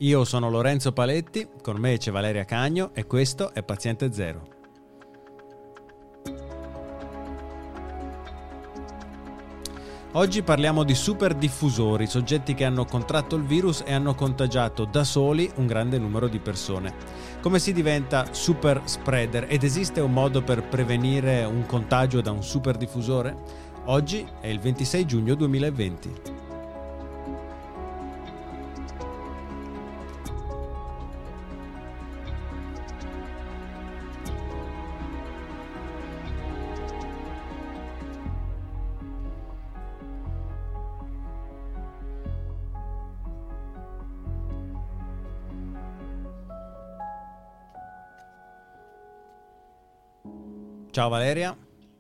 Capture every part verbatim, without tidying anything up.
Io sono Lorenzo Paletti, con me c'è Valeria Cagno e questo è Paziente Zero. Oggi parliamo di superdiffusori, soggetti che hanno contratto il virus e hanno contagiato da soli un grande numero di persone. Come si diventa super spreader ed esiste un modo per prevenire un contagio da un superdiffusore? Oggi è il ventisei giugno duemilaventi. Ciao Valeria.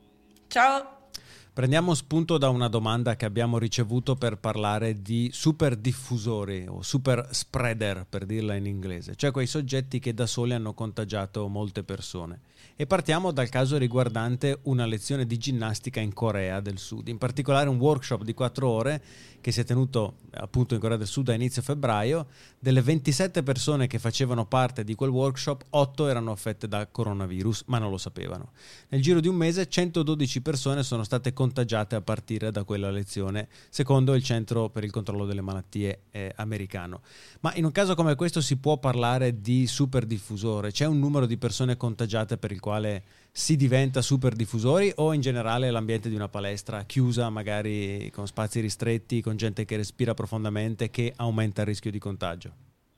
Ciao. Prendiamo spunto da una domanda che abbiamo ricevuto per parlare di superdiffusori o super spreader, per dirla in inglese, cioè quei soggetti che da soli hanno contagiato molte persone. E partiamo dal caso riguardante una lezione di ginnastica in Corea del Sud, in particolare un workshop di quattro ore che si è tenuto appunto in Corea del Sud a inizio febbraio. Delle ventisette persone che facevano parte di quel workshop, otto erano affette da coronavirus, ma non lo sapevano. Nel giro di un mese centododici persone sono state contagiate a partire da quella lezione, secondo il Centro per il controllo delle malattie eh, americano. Ma in un caso come questo si può parlare di superdiffusore? C'è un numero di persone contagiate per il quale si diventa superdiffusori, o in generale l'ambiente di una palestra chiusa, magari con spazi ristretti, con gente che respira profondamente, che aumenta il rischio di contagio?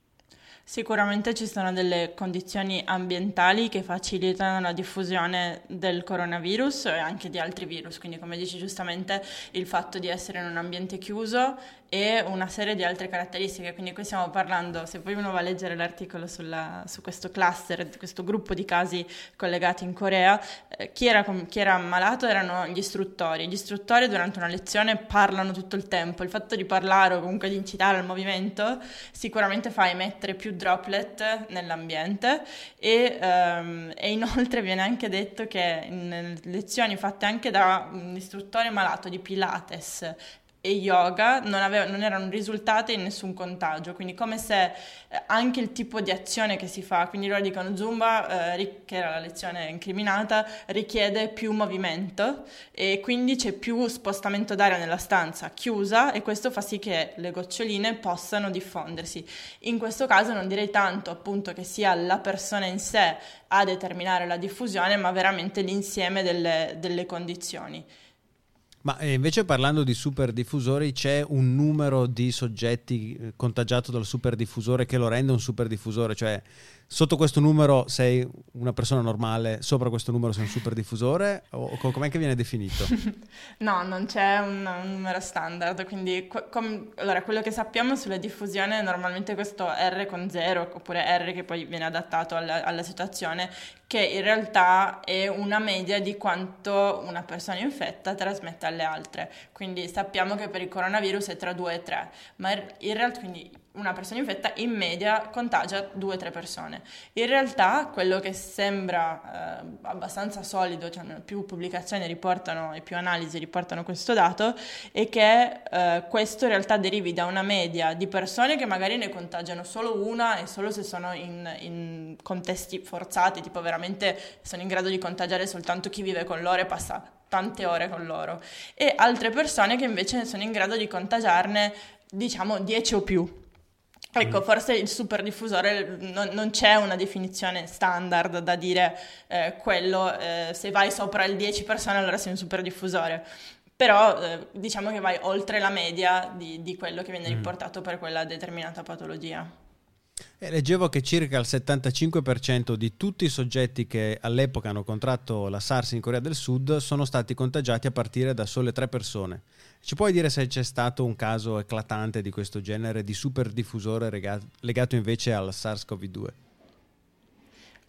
Sicuramente ci sono delle condizioni ambientali che facilitano la diffusione del coronavirus e anche di altri virus, quindi come dici giustamente il fatto di essere in un ambiente chiuso e una serie di altre caratteristiche, quindi qui stiamo parlando, se poi uno va a leggere l'articolo sulla, su questo cluster, questo gruppo di casi collegati in Corea, eh, chi, era, chi era ammalato erano gli istruttori. Gli istruttori durante una lezione parlano tutto il tempo, il fatto di parlare o comunque di incitare al movimento sicuramente fa emettere più droplet nell'ambiente e, um, e inoltre viene anche detto che in lezioni fatte anche da un istruttore malato di Pilates e yoga non, aveva, non erano risultate in nessun contagio, quindi come se eh, anche il tipo di azione che si fa, quindi loro dicono Zumba, eh, che era la lezione incriminata, richiede più movimento e quindi c'è più spostamento d'aria nella stanza chiusa e questo fa sì che le goccioline possano diffondersi. In questo caso non direi tanto appunto che sia la persona in sé a determinare la diffusione, ma veramente l'insieme delle, delle condizioni. Ma invece parlando di superdiffusori, c'è un numero di soggetti contagiato dal superdiffusore che lo rende un superdiffusore? Cioè sotto questo numero sei una persona normale, sopra questo numero sei un superdiffusore, o com'è che viene definito? No, non c'è un, un numero standard, quindi com, allora, quello che sappiamo sulla diffusione è normalmente questo R con zero, oppure R che poi viene adattato alla, alla situazione, che in realtà è una media di quanto una persona infetta trasmette alle altre. Quindi sappiamo che per il coronavirus è tra due e tre, ma in realtà quindi una persona infetta in media contagia due o tre persone. In realtà quello che sembra eh, abbastanza solido, cioè più pubblicazioni riportano e più analisi riportano questo dato, è che eh, questo in realtà derivi da una media di persone che magari ne contagiano solo una e solo se sono in, in contesti forzati, tipo veramente sono in grado di contagiare soltanto chi vive con loro e passa tante ore con loro, e altre persone che invece sono in grado di contagiarne diciamo dieci o più. Ecco, forse il superdiffusore non, non c'è una definizione standard da dire eh, quello, eh, se vai sopra il dieci persone allora sei un superdiffusore, però eh, diciamo che vai oltre la media di, di quello che viene riportato per quella determinata patologia. E leggevo che circa il settantacinque per cento di tutti i soggetti che all'epoca hanno contratto la SARS in Corea del Sud sono stati contagiati a partire da sole tre persone. Ci puoi dire se c'è stato un caso eclatante di questo genere di superdiffusore legato invece al SARS-CoV due?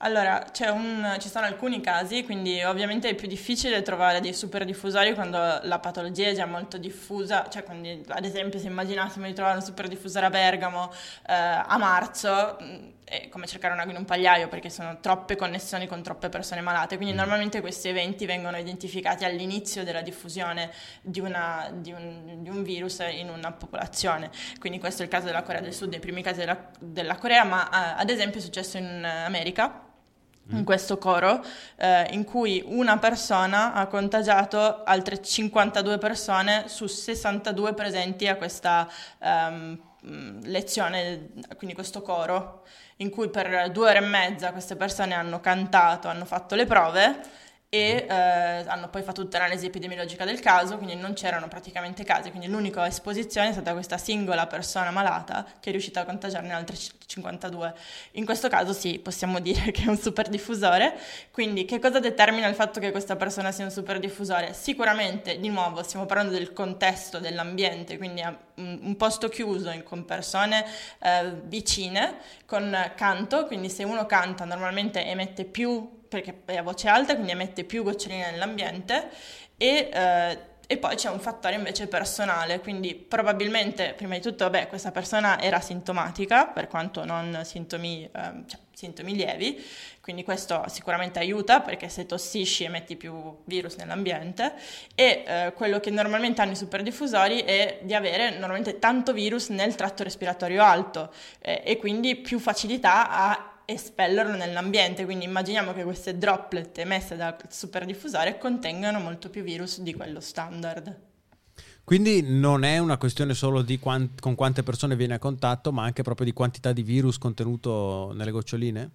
Allora, c'è un, ci sono alcuni casi, quindi ovviamente è più difficile trovare dei super diffusori quando la patologia è già molto diffusa, cioè quindi ad esempio se immaginassimo di trovare un super diffusore a Bergamo eh, a marzo, è come cercare un ago in un pagliaio perché sono troppe connessioni con troppe persone malate, quindi normalmente questi eventi vengono identificati all'inizio della diffusione di, una, di, un, di un virus in una popolazione, quindi questo è il caso della Corea del Sud, nei primi casi della, della Corea, ma eh, ad esempio è successo in America, in questo coro eh, in cui una persona ha contagiato altre cinquantadue persone su sessantadue presenti a questa um, lezione, quindi questo coro, in cui per due ore e mezza queste persone hanno cantato, hanno fatto le prove e eh, hanno poi fatto tutta l'analisi epidemiologica del caso, quindi non c'erano praticamente casi, quindi l'unica esposizione è stata questa singola persona malata che è riuscita a contagiarne altre cinquantadue. In questo caso sì, possiamo dire che è un super diffusore, quindi che cosa determina il fatto che questa persona sia un super diffusore? Sicuramente, di nuovo, stiamo parlando del contesto, dell'ambiente, quindi un posto chiuso con persone eh, vicine, con canto, quindi se uno canta normalmente emette più, perché è a voce alta, quindi emette più goccioline nell'ambiente, e, eh, e poi c'è un fattore invece personale, quindi probabilmente, prima di tutto, vabbè, questa persona era sintomatica, per quanto non sintomi, eh, cioè, sintomi lievi, quindi questo sicuramente aiuta, perché se tossisci emetti più virus nell'ambiente, e eh, quello che normalmente hanno i superdiffusori è di avere normalmente tanto virus nel tratto respiratorio alto, eh, e quindi più facilità a espellerlo nell'ambiente, quindi immaginiamo che queste droplet emesse dal superdiffusore contengano molto più virus di quello standard. Quindi non è una questione solo di quant- con quante persone viene a contatto, ma anche proprio di quantità di virus contenuto nelle goccioline?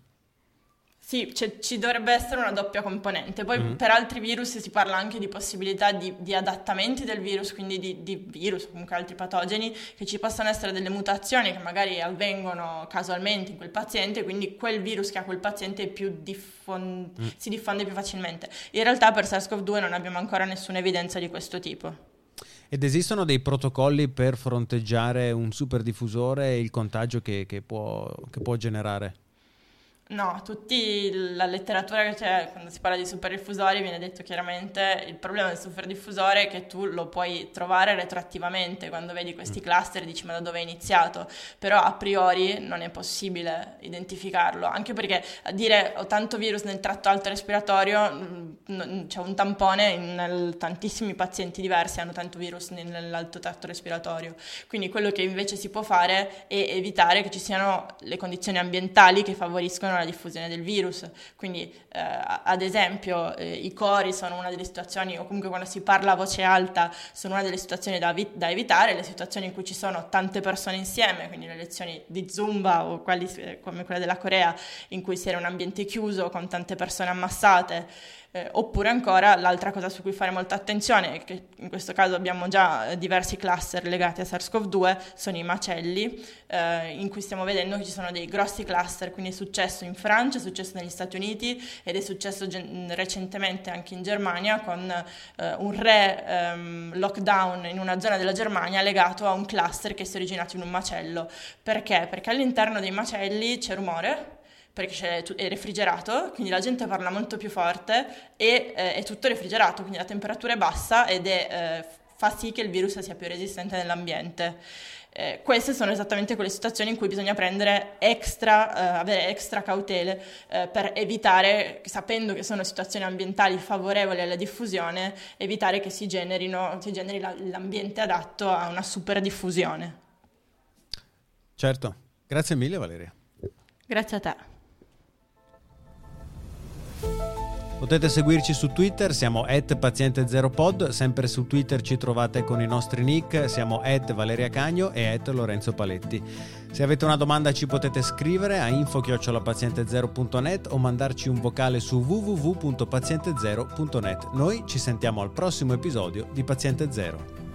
Sì, ci dovrebbe essere una doppia componente. Poi Mm. per altri virus si parla anche di possibilità di, di adattamenti del virus, quindi di, di virus o comunque altri patogeni, che ci possano essere delle mutazioni che magari avvengono casualmente in quel paziente, quindi quel virus che ha quel paziente è più diffon- mm. si diffonde più facilmente. In realtà per SARS-CoV due non abbiamo ancora nessuna evidenza di questo tipo. Ed esistono dei protocolli per fronteggiare un superdiffusore e il contagio che, che, può, che può generare? No, tutti la letteratura che c'è quando si parla di superdiffusori viene detto chiaramente il problema del superdiffusore è che tu lo puoi trovare retroattivamente quando vedi questi cluster, dici ma da dove è iniziato, però a priori non è possibile identificarlo, anche perché a dire ho tanto virus nel tratto alto respiratorio, c'è un tampone, in tantissimi pazienti diversi hanno tanto virus nell'alto tratto respiratorio, quindi quello che invece si può fare è evitare che ci siano le condizioni ambientali che favoriscono la diffusione del virus, quindi eh, ad esempio eh, i cori sono una delle situazioni, o comunque quando si parla a voce alta sono una delle situazioni da, vi- da evitare, le situazioni in cui ci sono tante persone insieme, quindi le lezioni di Zumba o quelli, come quella della Corea in cui si era in un ambiente chiuso con tante persone ammassate. Eh, oppure ancora l'altra cosa su cui fare molta attenzione è che in questo caso abbiamo già diversi cluster legati a SARS-CoV due, sono i macelli, eh, in cui stiamo vedendo che ci sono dei grossi cluster, quindi è successo in Francia, è successo negli Stati Uniti ed è successo gen- recentemente anche in Germania con eh, un re ehm, lockdown in una zona della Germania legato a un cluster che si è originato in un macello. Perché? Perché all'interno dei macelli c'è rumore, perché è refrigerato, quindi la gente parla molto più forte e eh, è tutto refrigerato, quindi la temperatura è bassa ed è, eh, fa sì che il virus sia più resistente nell'ambiente. Eh, queste sono esattamente quelle situazioni in cui bisogna prendere extra, eh, avere extra cautele eh, per evitare, sapendo che sono situazioni ambientali favorevoli alla diffusione, evitare che si generino, si generi la, l'ambiente adatto a una super diffusione. Certo, grazie mille Valeria. Grazie a te. Potete seguirci su Twitter, siamo at paziente zero pod, sempre su Twitter ci trovate con i nostri nick, siamo at Valeria Cagno e at Lorenzo Paletti. Se avete una domanda ci potete scrivere a info chiocciola paziente zero punto net o mandarci un vocale su w w w punto paziente zero punto net. Noi ci sentiamo al prossimo episodio di Paziente Zero.